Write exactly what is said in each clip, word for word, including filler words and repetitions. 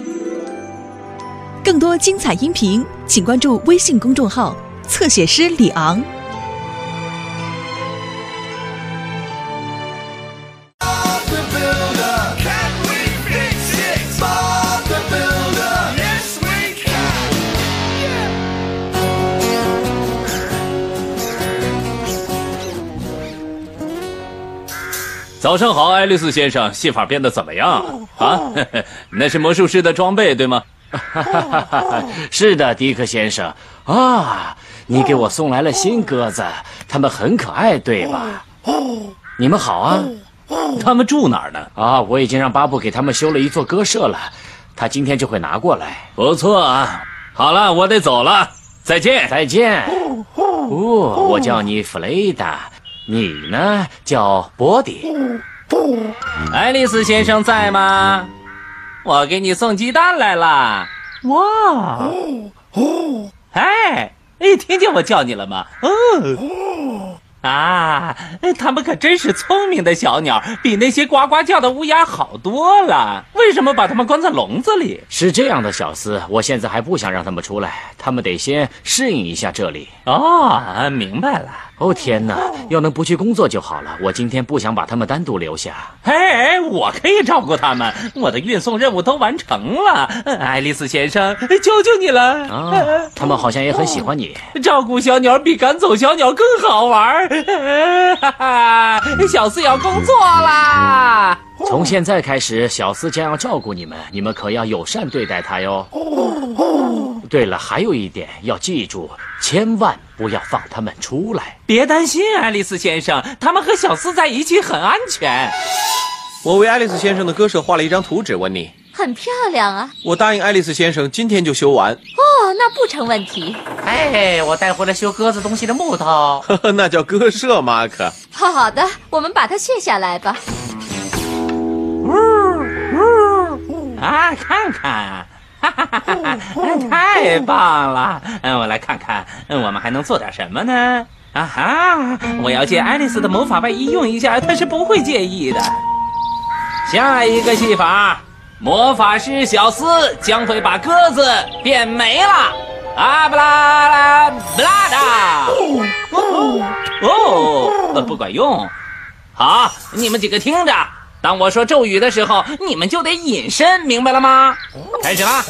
更多精彩音频，请关注微信公众号“侧写师李昂”。 早上好，爱丽丝先生，戏法变得怎么样啊？那是魔术师的装备，对吗？ 是的，迪克先生啊，你给我送来了新鸽子，它们很可爱，对吧？你们好啊。 他们住哪儿呢？ 啊，我已经让巴布给他们修了一座鸽舍了，他今天就会拿过来。 不错啊。好了，我得走了，再见。 再见。哦，我叫你弗雷达。你呢，叫波迪。 爱丽丝先生在吗？我给你送鸡蛋来了。哇！哎，哎，听见我叫你了吗？哦。啊，他们可真是聪明的小鸟，比那些呱呱叫的乌鸦好多了。为什么把它们关在笼子里？ 是这样的，小斯，我现在还不想让他们出来，他们得先适应一下这里。 哦，明白了。 哦天哪，要能不去工作就好了，我今天不想把他们单独留下。 哎，我可以照顾他们，我的运送任务都完成了。爱丽丝先生，求求你了。 啊，他们好像也很喜欢你。 照顾小鸟比赶走小鸟更好玩。哈哈，小斯要工作啦。 从现在开始，小斯将要照顾你们，你们可要友善对待他哟。对了，还有一点要记住，千万不要放他们出来。 别担心，爱丽丝先生，他们和小斯在一起很安全。 我为爱丽丝先生的鸽舍画了一张图纸，温妮。 很漂亮啊！ 我答应爱丽丝先生今天就修完。 哦，那不成问题。 哎，我带回了修鸽子东西的木头。 那叫鸽舍，马可。 好的，我们把它卸下来吧。 啊，看看，哈哈哈哈，太棒了！嗯，我来看看，嗯，我们还能做点什么呢？啊哈，我要借爱丽丝的魔法外衣用一下，她是不会介意的。下一个戏法，魔法师小斯将会把鸽子变没了。啊布拉拉布拉达！哦，哦，不管用。好，你们几个听着。当我说咒语的时候，你们就得隐身，明白了吗？开始啦！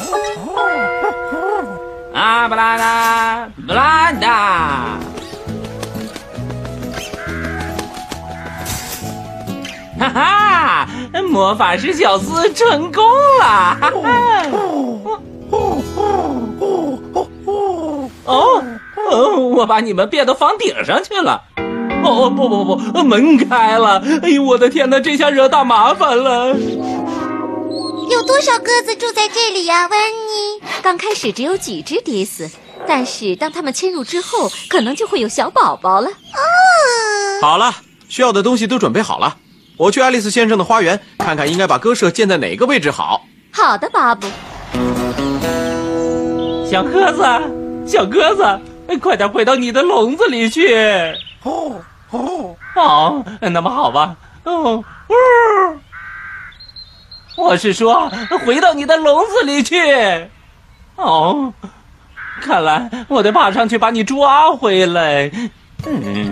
啊布拉达布拉达！哈哈，魔法师小斯成功了！哈哈！哦哦，我把你们变到房顶上去了。哦不不不，门开了！哎呦，我的天哪，这下惹大麻烦了。 有多少鸽子住在这里呀，温妮？刚开始只有几只迪斯，但是当它们迁入之后，可能就会有小宝宝了。哦， 好了，需要的东西都准备好了，我去爱丽丝先生的花园看看应该把鸽舍建在哪个位置好。 好的，巴布。 小鸽子，小鸽子，快点回到你的笼子里去。哦哦哦，那么好吧。哦，哦我是说，回到你的笼子里去。哦，看来我得爬上去把你抓回来。嗯，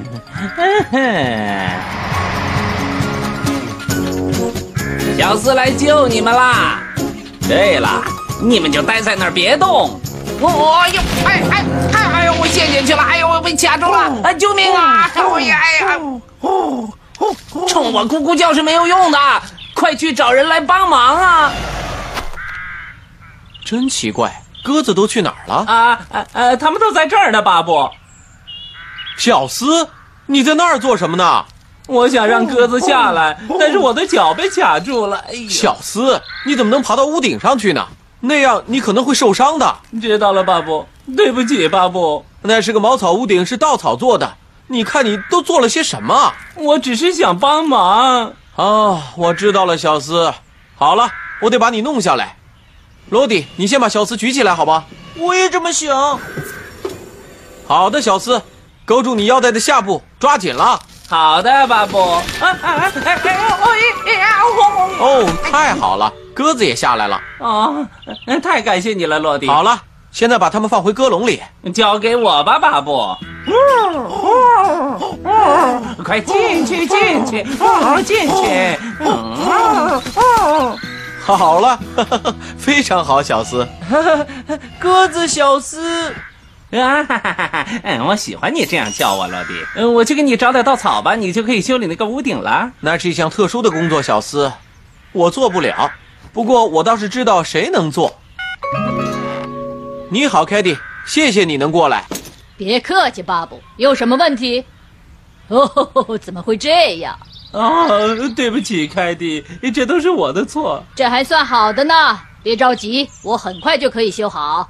小斯来救你们啦！对了，你们就待在那儿别动。我哎呦，哎哎哎哎呦，我陷进去了！哎呦，我被卡住了！啊，救命啊！我呀哎呀！冲我咕咕叫是没有用的，快去找人来帮忙啊！ 真奇怪，鸽子都去哪儿了？ 啊啊啊！他们都在这儿呢，巴布。 小斯，你在那儿做什么呢？ 我想让鸽子下来，但是我的脚被卡住了。哎呀， 小斯，你怎么能爬到屋顶上去呢？那样你可能会受伤的。 知道了，巴布，对不起，巴布。 那是个茅草屋顶，是稻草做的。你看你都做了些什么？ 我只是想帮忙。 哦，我知道了，小斯。好了，我得把你弄下来。罗迪，你先把小斯举起来好吗？ 我也这么想。 好的，小斯，勾住你腰带的下部，抓紧了。 好的，巴布。啊啊啊！哎哎哦哎呀！ 哦，太好了。 鸽子也下来了。 哦，太感谢你了，洛迪。 好了，现在把它们放回鸽笼里。 交给我吧，巴布。快进去，进去，进去。 好了，非常好，小斯。 鸽子小斯。 啊哈哈哈哈！嗯，我喜欢你这样叫我，洛迪。嗯，我去给你找点稻草吧，你就可以修理那个屋顶了。 那是一项特殊的工作，小斯，我做不了。不过我倒是知道谁能做。你好，凯蒂，谢谢你能过来。 别客气，巴布，有什么问题？哦，怎么会这样？ 啊，对不起，凯蒂，这都是我的错。 这还算好的呢，别着急，我很快就可以修好。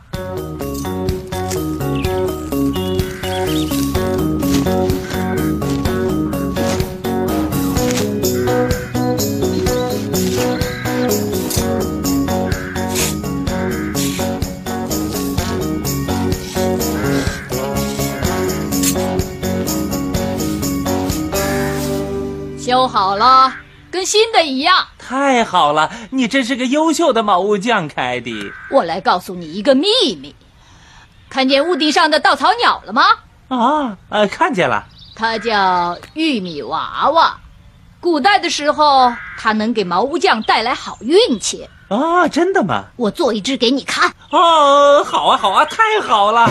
修好了，跟新的一样。 太好了，你真是个优秀的毛屋匠，凯蒂。 我来告诉你一个秘密，看见屋顶上的稻草鸟了吗？ 啊，呃，看见了。 它叫玉米娃娃。古代的时候，它能给毛屋匠带来好运气。 啊，真的吗？ 我做一只给你看。 哦，好啊，好啊，太好了。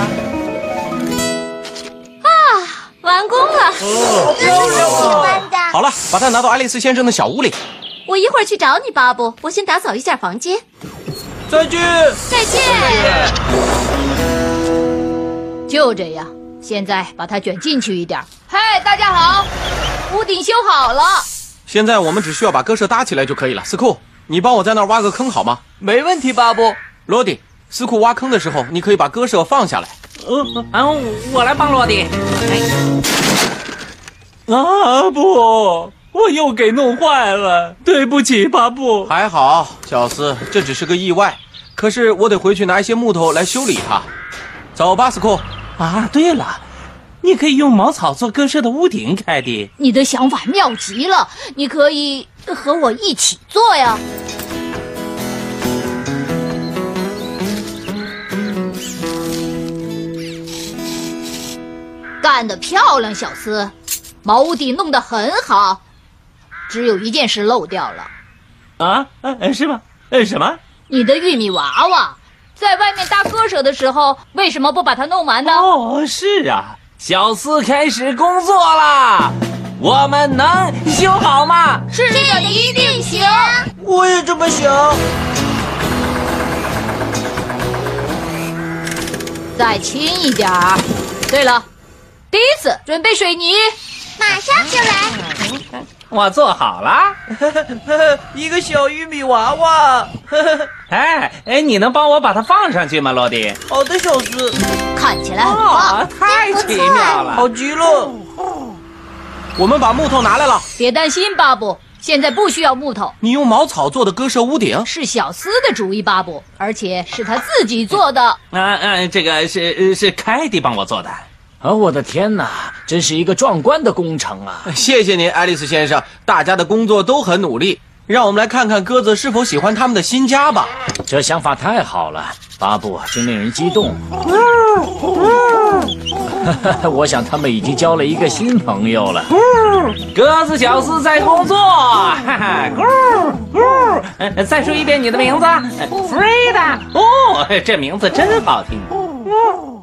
完工了，这是我喜欢的。 好了，把它拿到爱丽丝先生的小屋里。 我一会儿去找你，巴布。我先打扫一下房间。 再见， 再见。 就这样，现在把它卷进去一点。嗨，大家好，屋顶修好了。 现在我们只需要把鸽舍搭起来就可以了。斯库，你帮我在那儿挖个坑好吗？ 没问题，巴布。 罗迪，斯库挖坑的时候，你可以把鸽舍放下来。 呃，啊，我来帮罗迪。啊，不，我又给弄坏了，对不起，巴布。 还好，小斯，这只是个意外。可是我得回去拿一些木头来修理它。走吧，斯库。 啊，对了，你可以用茅草做鸽舍的屋顶，凯蒂。 你的想法妙极了，你可以和我一起做呀。干得漂亮，小斯，毛屋顶弄得很好，只有一件事漏掉了。 啊？呃，是吗？呃，什么？ 你的玉米娃娃，在外面搭鸽舍的时候，为什么不把它弄完呢？ 哦，是啊，小斯开始工作啦，我们能修好吗？ 是的，一定行。 我也这么想。 再轻一点儿。对了。第一次准备水泥， 马上就来。 我做好了， 一个小玉米娃娃。 哎哎，你能帮我把它放上去吗，罗迪？ 好的，小斯。 看起来哦，太奇妙了， 好极了。 我们把木头拿来了。 别担心，巴布，现在不需要木头。 你用茅草做的鸽舍屋顶是小斯的主意，巴布，而且是他自己做的。 啊啊，这个是是凯蒂帮我做的。 啊，我的天哪，真是一个壮观的工程啊！ 谢谢您，爱丽丝先生，大家的工作都很努力。让我们来看看鸽子是否喜欢他们的新家吧。 这想法太好了，巴布，真令人激动。我想他们已经交了一个新朋友了。 鸽子小斯在工作，哈哈，咕咕。再说一遍你的名字，弗瑞达。哦，这名字真好听。